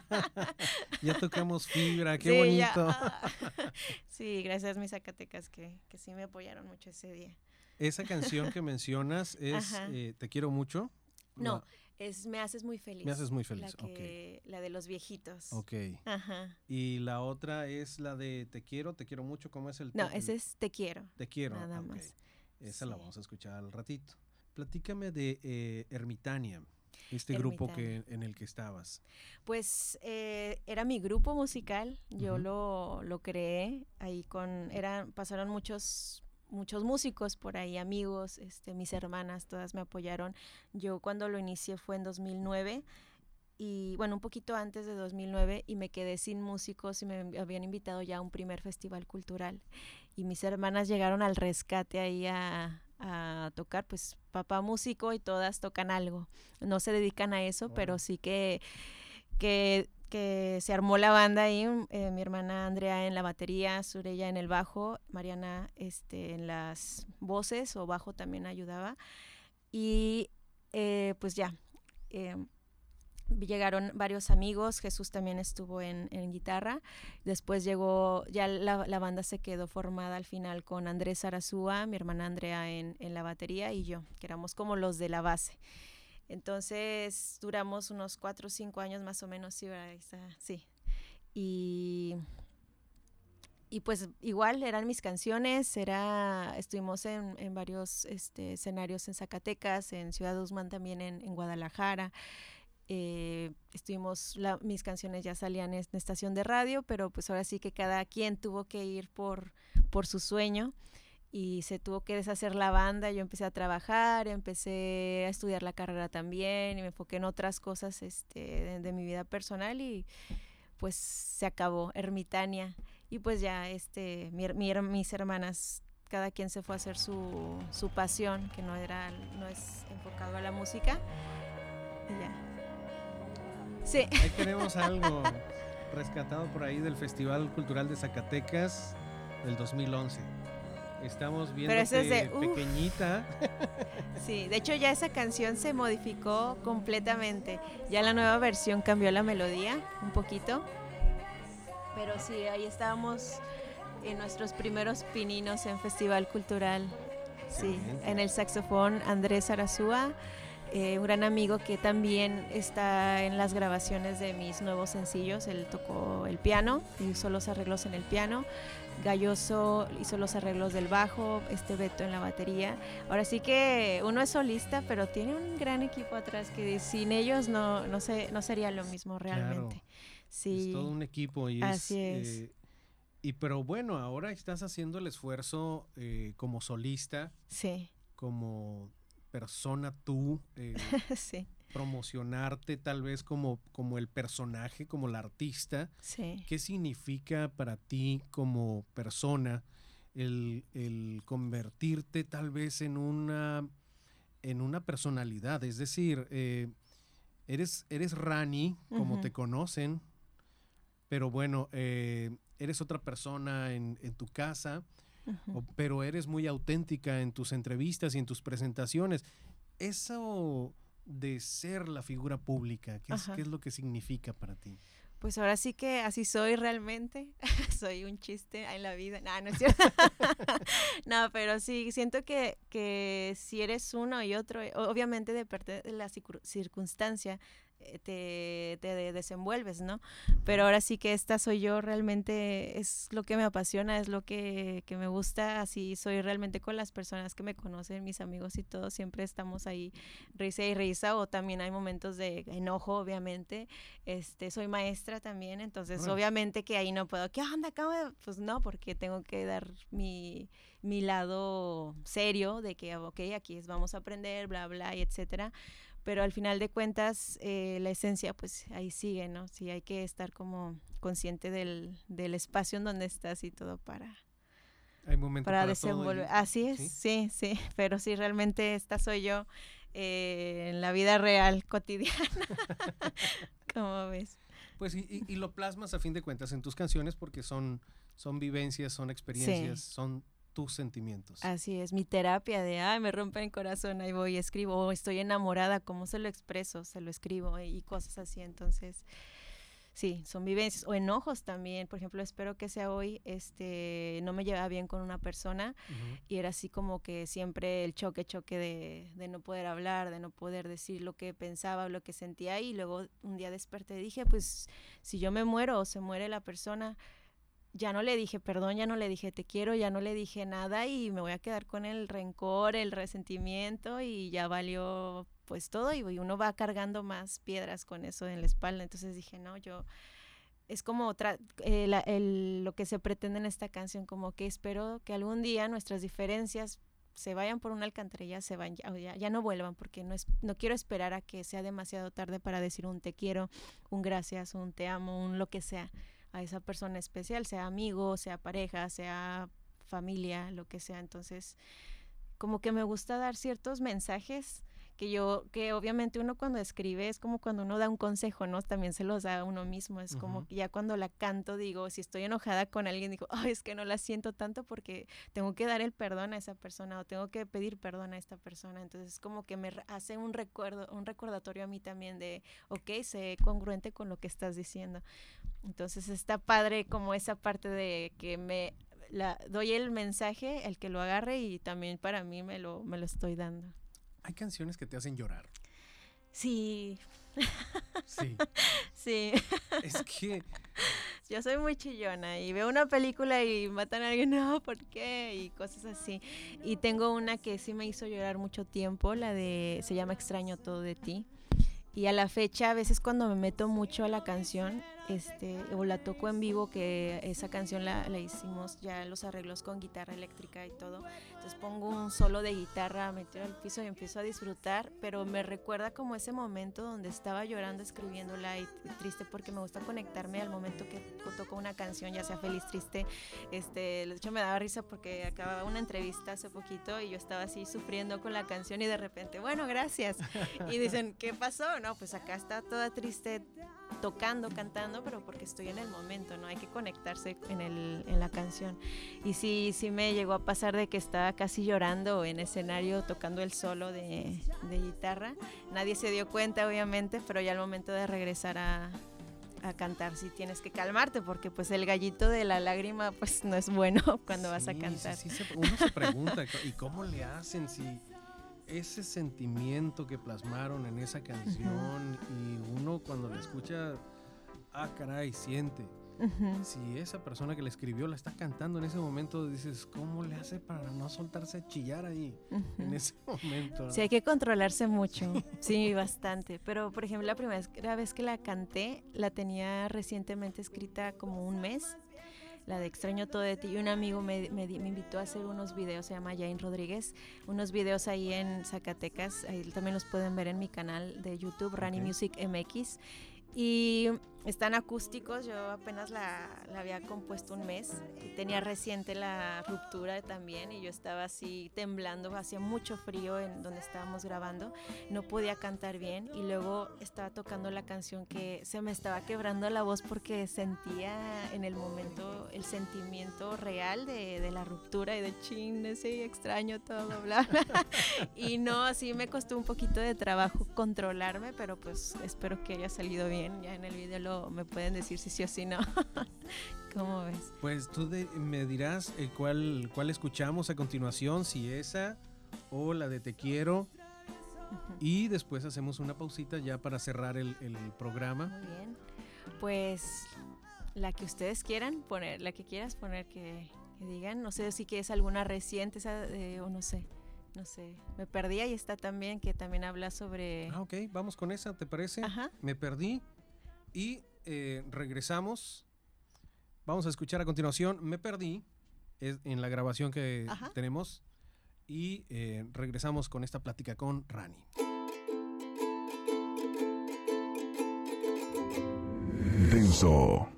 Ya tocamos fibra, qué Sí, bonito. ya, ah. Sí, gracias mis Zacatecas que, que sí me apoyaron mucho ese día. Esa canción que mencionas es Ajá. eh, Te quiero mucho. No, La- es Me haces muy feliz. Me haces muy La, feliz, que, la de los viejitos. ok. Ajá. Y la otra es la de Te quiero, te quiero mucho. ¿Cómo es el No, el- ese es Te quiero. Te quiero. nada ok. más. Esa la Sí. vamos a escuchar al ratito. Platícame de eh, Ermitaña, este grupo que, en el que estabas. Pues eh, era mi grupo musical, yo Ujú. lo, lo creé ahí con, eran, pasaron muchos muchos músicos por ahí, amigos, este, mis hermanas, todas me apoyaron. Yo cuando lo inicié fue en dos mil nueve y bueno, un poquito antes de dos mil nueve y me quedé sin músicos y me habían invitado ya a un primer festival cultural y mis hermanas llegaron al rescate ahí a, a tocar, pues papá músico y todas tocan algo, no se dedican a eso, wow. Pero sí que, que, que se armó la banda ahí, eh, mi hermana Andrea en la batería, Surella en el bajo, Mariana este, en las voces o bajo también ayudaba y eh, pues ya, eh, llegaron varios amigos, Jesús también estuvo en, en guitarra, después llegó, ya la, la banda se quedó formada al final con Andrés Arazúa, mi hermana Andrea en, en la batería y yo, que éramos como los de la base. Entonces duramos unos cuatro o cinco años más o menos, sí, ¿verdad? Sí. Y, y pues igual eran mis canciones, era, estuvimos en, en varios este, escenarios en Zacatecas, en Ciudad Guzmán también, en, en Guadalajara. Eh, estuvimos, la, mis canciones ya salían en, en estación de radio, pero pues ahora sí que cada quien tuvo que ir por, por su sueño y se tuvo que deshacer la banda. Yo empecé a trabajar, empecé a estudiar la carrera también y me enfoqué en otras cosas este, de, de mi vida personal y pues se acabó Ermitaña y pues ya este, mi, mi, mis hermanas, cada quien se fue a hacer su, su pasión, que no, era, no es enfocado a la música y ya. Sí. Ahí tenemos algo rescatado por ahí del Festival Cultural de Zacatecas del dos mil once. Estamos viendo que es de, pequeñita. Sí, de hecho ya esa canción se modificó completamente. Ya la nueva versión cambió la melodía un poquito. Pero sí, ahí estábamos en nuestros primeros pininos en Festival Cultural. Sí, en el saxofón Andrés Arazúa. Eh, un gran amigo que también está en las grabaciones de mis nuevos sencillos. Él tocó el piano, hizo los arreglos en el piano. Galloso hizo los arreglos del bajo, este Beto en la batería. Ahora sí que uno es solista, pero tiene un gran equipo atrás que sin ellos no, no, sé, no sería lo mismo realmente. Claro, sí. Es todo un equipo y Así es, es. Eh, y pero bueno, ahora estás haciendo el esfuerzo eh, como solista, sí. como persona tú, eh, sí. promocionarte tal vez como, como el personaje, como la artista. Sí. ¿Qué significa para ti como persona el, el convertirte tal vez en una, en una personalidad? Es decir, eh, eres, eres Rani, como uh-huh. te conocen, pero bueno, eh, eres otra persona en, en tu casa. Uh-huh. O, pero eres muy auténtica en tus entrevistas y en tus presentaciones. Eso de ser la figura pública, ¿qué es, ¿qué es lo que significa para ti? Pues ahora sí que así soy realmente. Soy un chiste en la vida. No, no es cierto. No, pero sí, siento que, que si eres uno y otro, obviamente depende de la circunstancia, te, te desenvuelves, ¿no? Pero ahora sí que esta soy yo, realmente es lo que me apasiona, es lo que, que me gusta, así soy realmente con las personas que me conocen, mis amigos y todo, siempre estamos ahí risa y risa, o también hay momentos de enojo, obviamente. Este, soy maestra también, entonces bueno. obviamente que ahí no puedo, ¿qué onda? Pues no, porque tengo que dar mi, mi lado serio de que, ok, aquí es, vamos a aprender, bla, bla, y etcétera. Pero al final de cuentas, eh, la esencia, pues ahí sigue, ¿no? Sí, hay que estar como consciente del, del espacio en donde estás y todo para, hay momento para, para desenvolver. Todo y... Así es, ¿sí? sí, sí, pero sí, realmente esta soy yo eh, en la vida real, cotidiana. ¿Cómo ves? Pues y, y, y lo plasmas a fin de cuentas en tus canciones porque son, son vivencias, son experiencias, sí. son tus sentimientos. Así es, mi terapia de, ay, me rompe el corazón, ahí voy, escribo, o estoy enamorada, ¿cómo se lo expreso? Se lo escribo y cosas así, entonces, sí, son vivencias, o enojos también, por ejemplo, espero que sea hoy, este, no me llevaba bien con una persona, uh-huh. y era así como que siempre el choque, choque de, de no poder hablar, de no poder decir lo que pensaba, lo que sentía, y luego un día desperté y dije, pues, si yo me muero o se muere la persona, ya no le dije perdón, ya no le dije te quiero, ya no le dije nada y me voy a quedar con el rencor, el resentimiento y ya valió pues todo y uno va cargando más piedras con eso en la espalda. Entonces dije, no, yo es como tra- eh, la- el- lo que se pretende en esta canción, como que espero que algún día nuestras diferencias se vayan por una alcantarilla, se van, ya, ya, ya no vuelvan, porque no, es, no quiero esperar a que sea demasiado tarde para decir un te quiero, un gracias, un te amo, un lo que sea a esa persona especial, sea amigo, sea pareja, sea familia, lo que sea. Entonces, como que me gusta dar ciertos mensajes que yo, que obviamente uno cuando escribe es como cuando uno da un consejo, ¿no? También se los da a uno mismo, es uh-huh. como que ya cuando la canto digo, si estoy enojada con alguien, digo, ay, es que no la siento tanto porque tengo que dar el perdón a esa persona o tengo que pedir perdón a esta persona. Entonces como que me hace un recuerdo, un recordatorio a mí también de, ok, sé congruente con lo que estás diciendo. Entonces está padre como esa parte de que me la, doy el mensaje, el que lo agarre, y también para mí me lo, me lo estoy dando. ¿Hay canciones que te hacen llorar? Sí. Sí. Sí. Es que... Yo soy muy chillona y veo una película y matan a alguien, no, ¿por qué? Y cosas así. Y tengo una que sí me hizo llorar mucho tiempo, la de, se llama Extraño todo de ti. Y a la fecha, a veces cuando me meto mucho a la canción, este, o la toco en vivo, que esa canción la, la hicimos ya los arreglos con guitarra eléctrica y todo, entonces pongo un solo de guitarra, me tiro al piso y empiezo a disfrutar, pero me recuerda como ese momento donde estaba llorando, escribiéndola, y, y triste, porque me gusta conectarme al momento que toco una canción, ya sea feliz, triste. Este, de hecho me daba risa porque acababa una entrevista hace poquito y yo estaba así sufriendo con la canción y de repente, bueno, gracias. Y dicen, ¿qué pasó? No, pues acá está toda triste, tocando, cantando, pero porque estoy en el momento, ¿no? Hay que conectarse en, el, en la canción. Y sí, sí me llegó a pasar de que estaba casi llorando en escenario tocando el solo de, de guitarra. Nadie se dio cuenta, obviamente, pero ya al momento de regresar a, a cantar sí tienes que calmarte, porque pues el gallito de la lágrima pues no es bueno cuando sí, vas a cantar. Sí, sí, se, uno se pregunta, ¿y cómo le hacen si ese sentimiento que plasmaron en esa canción, uh-huh. y uno cuando la escucha, ah, caray, siente. Uh-huh. Si esa persona que la escribió la está cantando en ese momento, dices, ¿cómo le hace para no soltarse a chillar ahí uh-huh. en ese momento, ¿no? Sí, hay que controlarse mucho, sí, bastante. Pero, por ejemplo, la primera vez que la canté, la tenía recientemente escrita como un mes, la de Extraño todo de ti, y un amigo me, me, me invitó a hacer unos videos, se llama Jain Rodríguez, unos videos ahí en Zacatecas, ahí también los pueden ver en mi canal de YouTube, Rani okay. Music M X, y están acústicos. Yo apenas la, la había compuesto un mes y tenía reciente la ruptura también, y yo estaba así temblando, hacía mucho frío en donde estábamos grabando, no podía cantar bien, y luego estaba tocando la canción que se me estaba quebrando la voz porque sentía en el momento el sentimiento real de, de la ruptura y de chin, ese extraño todo, bla, bla. Y no, así me costó un poquito de trabajo controlarme, pero pues espero que haya salido bien. Ya en el video lo, me pueden decir si sí o si no. ¿Cómo ves? Pues tú de, me dirás eh, cuál, cuál escuchamos a continuación, si esa o la de Te Quiero. Uh-huh. Y después hacemos una pausita ya para cerrar el, el programa. Muy bien. Pues la que ustedes quieran poner, la que quieras poner que, que digan. No sé si quieres alguna reciente esa, eh, o no sé. No sé, Me Perdí, ahí está también, que también habla sobre... Ah, ok, vamos con esa, ¿te parece? Ajá. Me Perdí. Y eh, regresamos. Vamos a escuchar a continuación Me Perdí, es en la grabación que Ajá. tenemos. Y eh, regresamos con esta plática con Rani. Denso.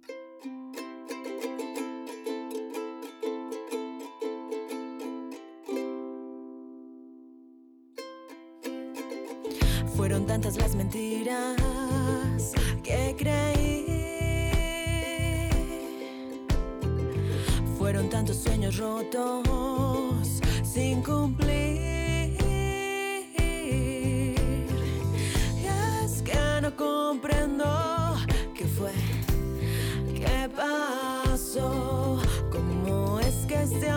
Fueron tantas las mentiras que creí, fueron tantos sueños rotos sin cumplir, y es que no comprendo qué fue, qué pasó, cómo es que este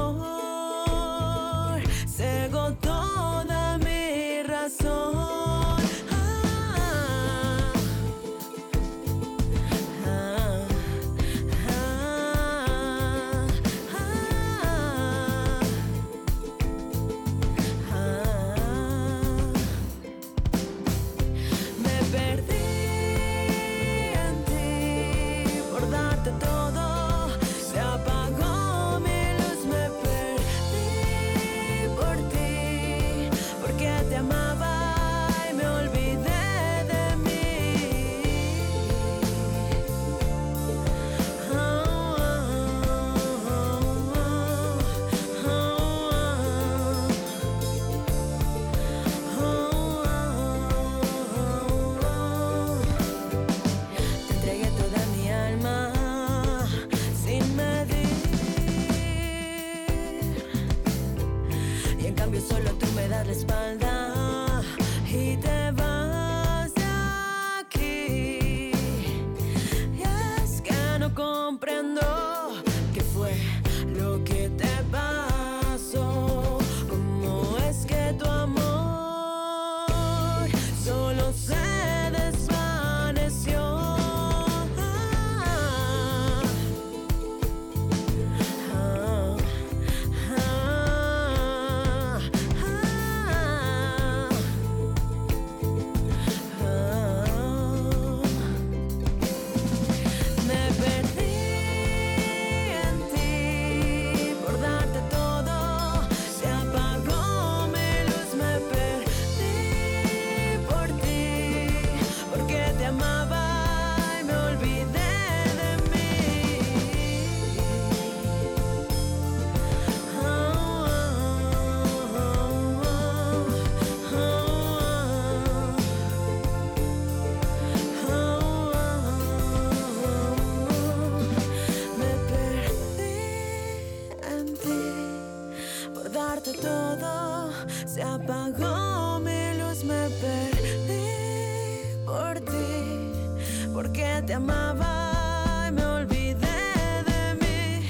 amor cegó toda mi razón. Me perdí en ti. porque te amaba y me olvidé de mí.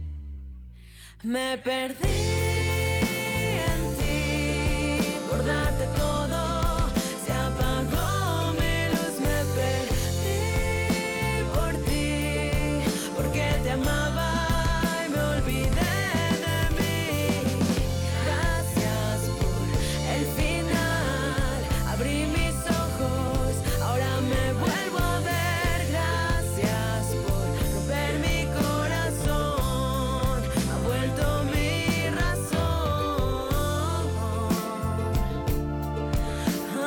Me perdí en ti por darte todo, se apagó mi luz. Me perdí por ti porque te amaba y me olvidé de mí. Gracias por el final, abrí mis ojos, ahora me vuelvo a ver. Gracias por romper mi corazón, ha vuelto mi razón. Oh,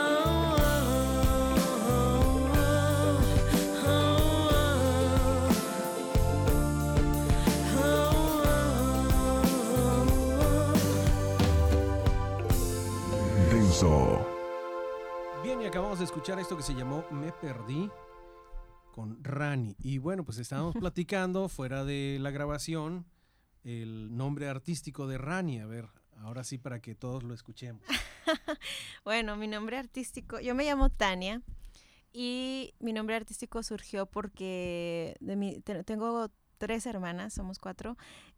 Denso. Bien, y acabamos de escuchar esto que se llamó Me Perdí con Rani. Y bueno, pues estábamos platicando fuera de la grabación el nombre artístico de Rani. A ver, ahora sí para que todos lo escuchemos. Bueno, mi nombre artístico, yo me llamo Tania y mi nombre artístico surgió porque de mi, te- tengo tres hermanas, somos cuatro,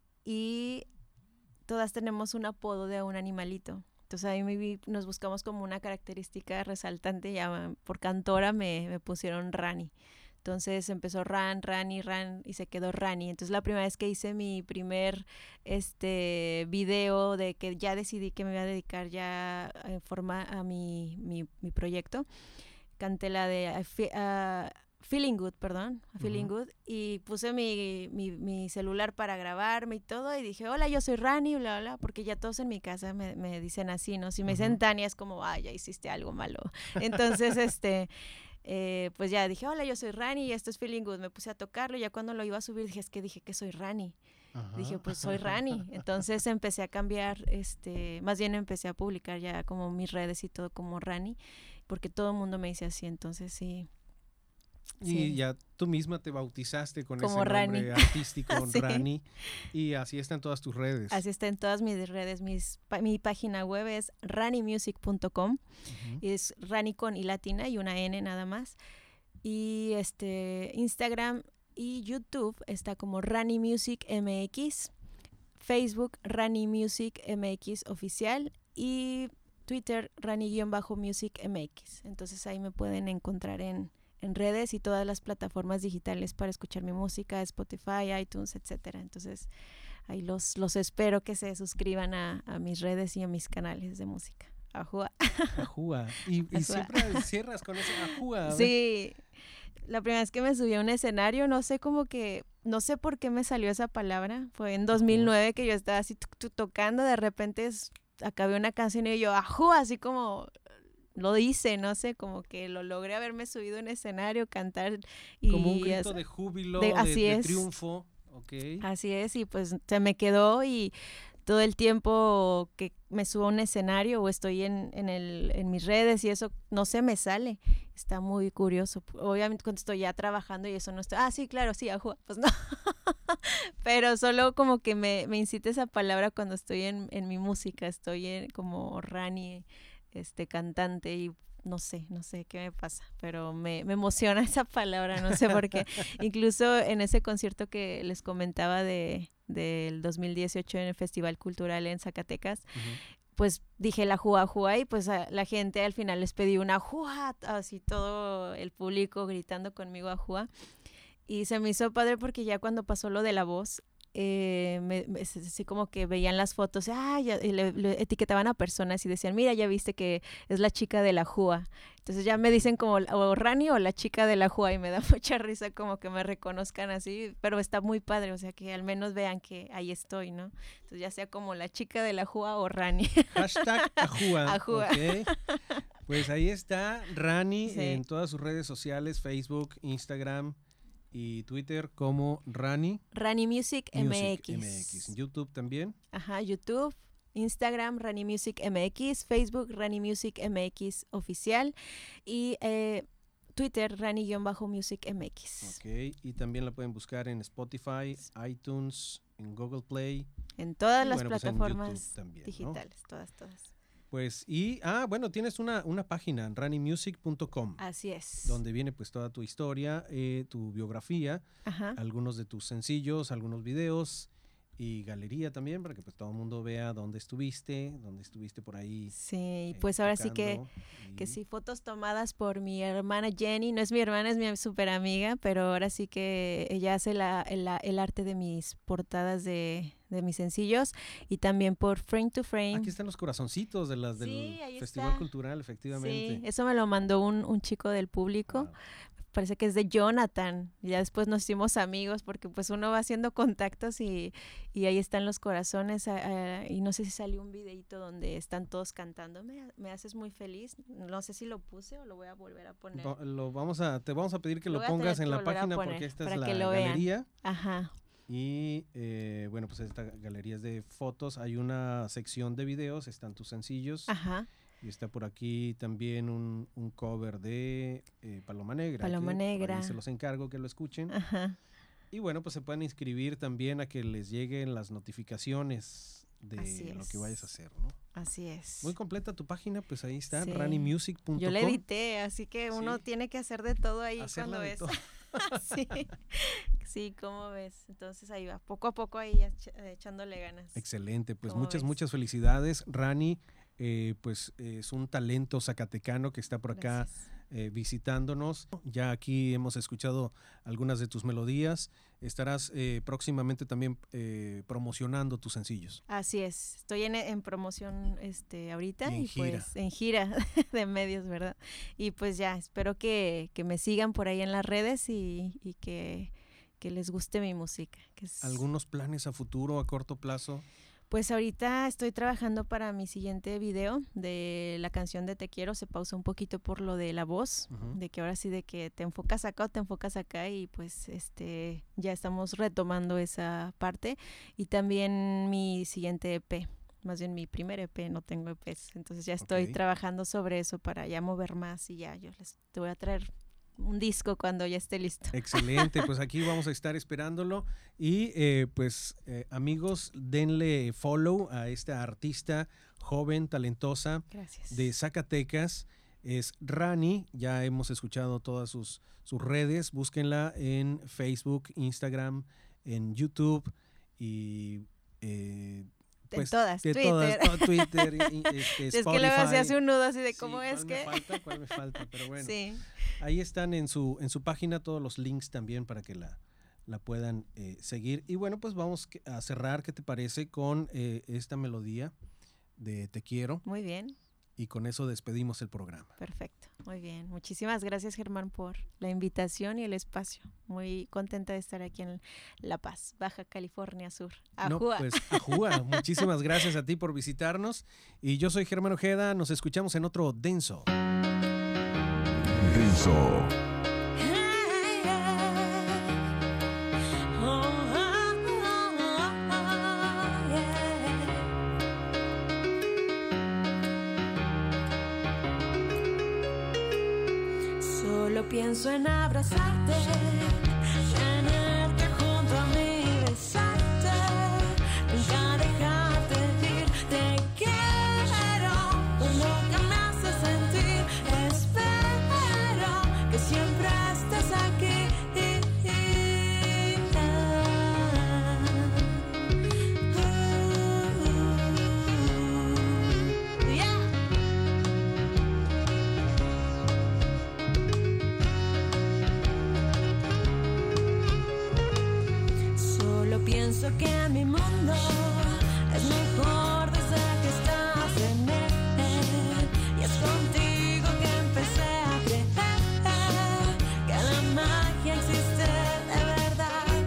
y todas tenemos un apodo de un animalito. Entonces ahí me vi- nos buscamos como una característica resaltante, ya por cantora me, me pusieron Rani. Entonces empezó Ran, Rani, Ran y se quedó Rani. Entonces la primera vez que hice mi primer este video de que ya decidí que me iba a dedicar ya en forma a mi, mi, mi proyecto, canté la de I Fe- ah, Feeling Good, perdón, Feeling Ujú. Good, y puse mi, mi, mi celular para grabarme y todo, y dije, hola, yo soy Rani, bla, bla, porque ya todos en mi casa me, me dicen así, ¿no? Si me dicen Ujú. Tania es como, ah, ya hiciste algo malo. Entonces, este, eh, pues ya dije, hola, yo soy Rani y esto es Feeling Good, me puse a tocarlo, y ya cuando lo iba a subir dije, es que dije que soy Rani. Ajá. Dije, pues soy Rani. Entonces empecé a cambiar, este, más bien empecé a publicar ya como mis redes y todo como Rani, porque todo el mundo me dice así, entonces sí. Y Sí. ya tú misma te bautizaste con Como ese Rani. nombre artístico, Sí. Rani, y así están todas tus redes. Así está en todas mis redes. Mis, pa- mi página web es rani music punto com. Ujú. Es Rani con i latina y una N nada más. Y este Instagram y YouTube está como Rani Music M X. Facebook Rani Music M X oficial. Y Twitter Rani-Music M X. Entonces ahí me pueden encontrar en, en redes y todas las plataformas digitales para escuchar mi música, Spotify, iTunes, etcétera. Entonces ahí los, los espero que se suscriban a, a mis redes y a mis canales de música. Ajúa. Ajúa. Y, y Ajúa. siempre cierras con ese ajúa. a ver. Sí, la primera vez que me subí a un escenario, no sé cómo que, no sé por qué me salió esa palabra. Fue en dos mil nueve que yo estaba así tuc, tuc, tocando, de repente es- acabé una canción y yo, ajúa, así como lo hice, no sé, como que lo logré haberme subido a un escenario, cantar y Como un grito es- de júbilo, de- de, así de es. triunfo. Ok. Así es, y pues se me quedó y todo el tiempo que me subo a un escenario o estoy en, en, el, en mis redes y eso no se me sale. Está muy curioso. Obviamente cuando estoy ya trabajando y eso no estoy, ah, sí, claro, sí, ajua, pues no. Pero solo como que me, me incita esa palabra cuando estoy en, en mi música, estoy en, como Rani, este, cantante y no sé, no sé qué me pasa, pero me, me emociona esa palabra, no sé por qué. Incluso en ese concierto que les comentaba de del dos mil dieciocho en el Festival Cultural en Zacatecas, Ujú. pues dije la jua jua y pues a la gente al final les pedí una jua, así todo el público gritando conmigo a jua. Y se me hizo padre porque ya cuando pasó lo de la voz, eh, me, me- así como que veían las fotos, ah, ya, y le, le etiquetaban a personas y decían, mira, ya viste que es la chica de la jua. Entonces ya me dicen como o Rani o la chica de la jua y me da mucha risa como que me reconozcan así, pero está muy padre, o sea que al menos vean que ahí estoy, ¿no? Entonces ya sea como la chica de la jua o Rani. Hashtag ajúa. Ajúa. Ok. Pues ahí está Rani Sí. en todas sus redes sociales, Facebook, Instagram y Twitter como Rani Rani Music, Music M X. M X. En YouTube también. Ajá, YouTube, Instagram, Rani Music M X, Facebook, Rani Music M X oficial y eh, Twitter, Rani-Music M X. Ok. Y también la pueden buscar en Spotify, iTunes, en Google Play. En todas Y las bueno, pues en plataformas YouTube también, ¿no? digitales, todas, todas. Pues, y, ah, bueno, tienes una, una página, rani music punto com. Así es. Donde viene pues toda tu historia, eh, tu biografía, Ajá. algunos de tus sencillos, algunos videos y galería también, para que pues todo el mundo vea dónde estuviste, dónde estuviste por ahí. Sí, eh, pues ahora sí que, y... que sí, fotos tomadas por mi hermana Jenny, no es mi hermana, es mi súper amiga, pero ahora sí que ella hace la, el, el arte de mis portadas de, de mis sencillos y también por Frame to Frame. Aquí están los corazoncitos de las del Sí, ahí Festival está. Cultural, efectivamente. Sí, eso me lo mandó un, un chico del público. Wow. Parece que es de Jonathan. Y ya después nos hicimos amigos porque pues uno va haciendo contactos y, y ahí están los corazones. A, a, y no sé si salió un videito donde están todos cantando. Me, me haces muy feliz. No sé si lo puse o lo voy a volver a poner. Va- Lo vamos a, te vamos a pedir que Lo lo, voy a pongas tener en que la volver a página poner porque esta para es la que lo vean. galería. Ajá. Y eh, bueno, pues esta galería es de fotos. Hay una sección de videos, están tus sencillos. Ajá. Y está por aquí también un, un cover de eh, Paloma Negra. Paloma que por ahí Negra. se los encargo que lo escuchen. Ajá. Y bueno, pues se pueden inscribir también a que les lleguen las notificaciones de Así lo es. que vayas a hacer, ¿no? Así es. Muy completa tu página, pues ahí está, Sí. rani music punto com. Yo la edité, así que uno Sí. tiene que hacer de todo ahí Hacerla cuando de ves. todo. sí. Sí, ¿cómo ves? Entonces ahí va, poco a poco ahí echa- echándole ganas. Excelente, pues ¿Cómo muchas, ves? muchas felicidades. Rani, eh, pues eh, es un talento zacatecano que está por acá Gracias. eh, visitándonos. Ya aquí hemos escuchado algunas de tus melodías. Estarás eh, próximamente también eh, promocionando tus sencillos. Así es, estoy en, en promoción este ahorita Y en y, gira. pues en gira de medios, ¿verdad? Y pues ya, espero que, que me sigan por ahí en las redes y, y que, que les guste mi música. Que es, ¿Algunos planes a futuro, a corto plazo? Pues ahorita estoy trabajando para mi siguiente video de la canción de Te Quiero, se pausa un poquito por lo de la voz, Ujú. de que ahora sí de que te enfocas acá o te enfocas acá y pues este ya estamos retomando esa parte y también mi siguiente E P, más bien mi primer E P, no tengo E Pes, entonces ya estoy Ok. trabajando sobre eso para ya mover más y ya yo les te voy a traer un disco cuando ya esté listo. Excelente, pues aquí vamos a estar esperándolo y eh, pues eh, amigos, denle follow a esta artista joven, talentosa Gracias. de Zacatecas. Es Rani, ya hemos escuchado todas sus, sus redes, búsquenla en Facebook, Instagram, en YouTube y eh, De pues, todas, de Twitter. todas, todo Twitter, y- y, este, es que luego se Spotify. hace un nudo así de Sí, cómo ¿cuál es me que... falta? ¿Cuál me falta? Pero bueno, Sí. ahí están en su, en su página todos los links también para que la, la puedan eh, seguir. Y bueno, pues vamos que- a cerrar, ¿qué te parece? Con eh, esta melodía de Te Quiero Muy bien, y con eso despedimos el programa. perfecto, muy bien. Muchísimas gracias, Germán, por la invitación y el espacio. Muy contenta de estar aquí en La Paz, Baja California Sur. No, Ajúa. pues Ajúa, muchísimas gracias a ti por visitarnos. Y yo soy Germán Ojeda, nos escuchamos en otro Denso. Denso. Solo pienso en abrazarte, tenerte junto a mí, besarte, nunca dejarte ir. Te quiero por lo que me hace sentir. Espero que siempre estés aquí. Yeah. Solo pienso que mi mundo es mejor desde que estás en él. Y es contigo que empecé a creer que la magia existe de verdad.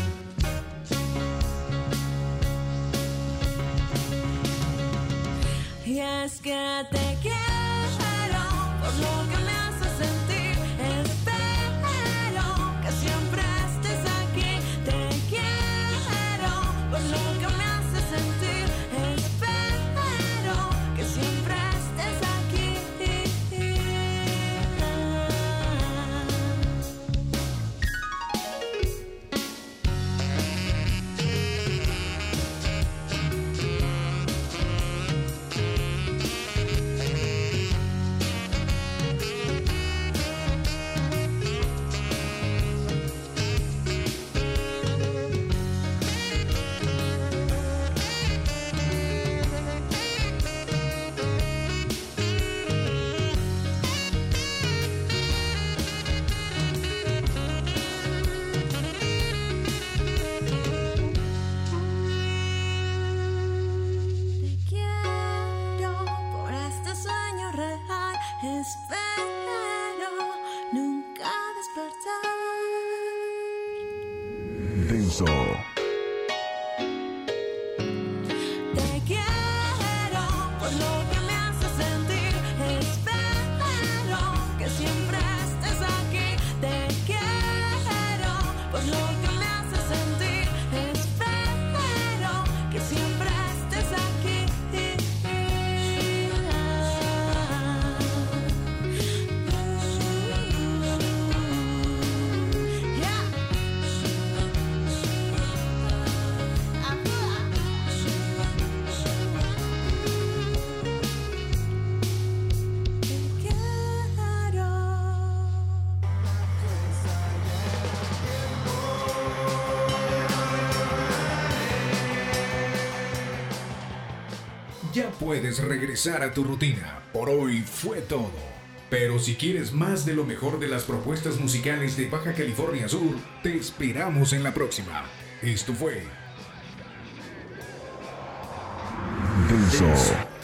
Y es que te quiero por lo que me hace sentir. Espero que siempre estés aquí. Te quiero Denso. Te quiero por lo que me hace sentir. Espero que siempre estés aquí. Te quiero por lo que me hace sentir. Espero que siempre estés aquí. Ya puedes regresar a tu rutina. Por hoy fue todo. Pero si quieres más de lo mejor de las propuestas musicales de Baja California Sur, te esperamos en la próxima. Esto fue Denso.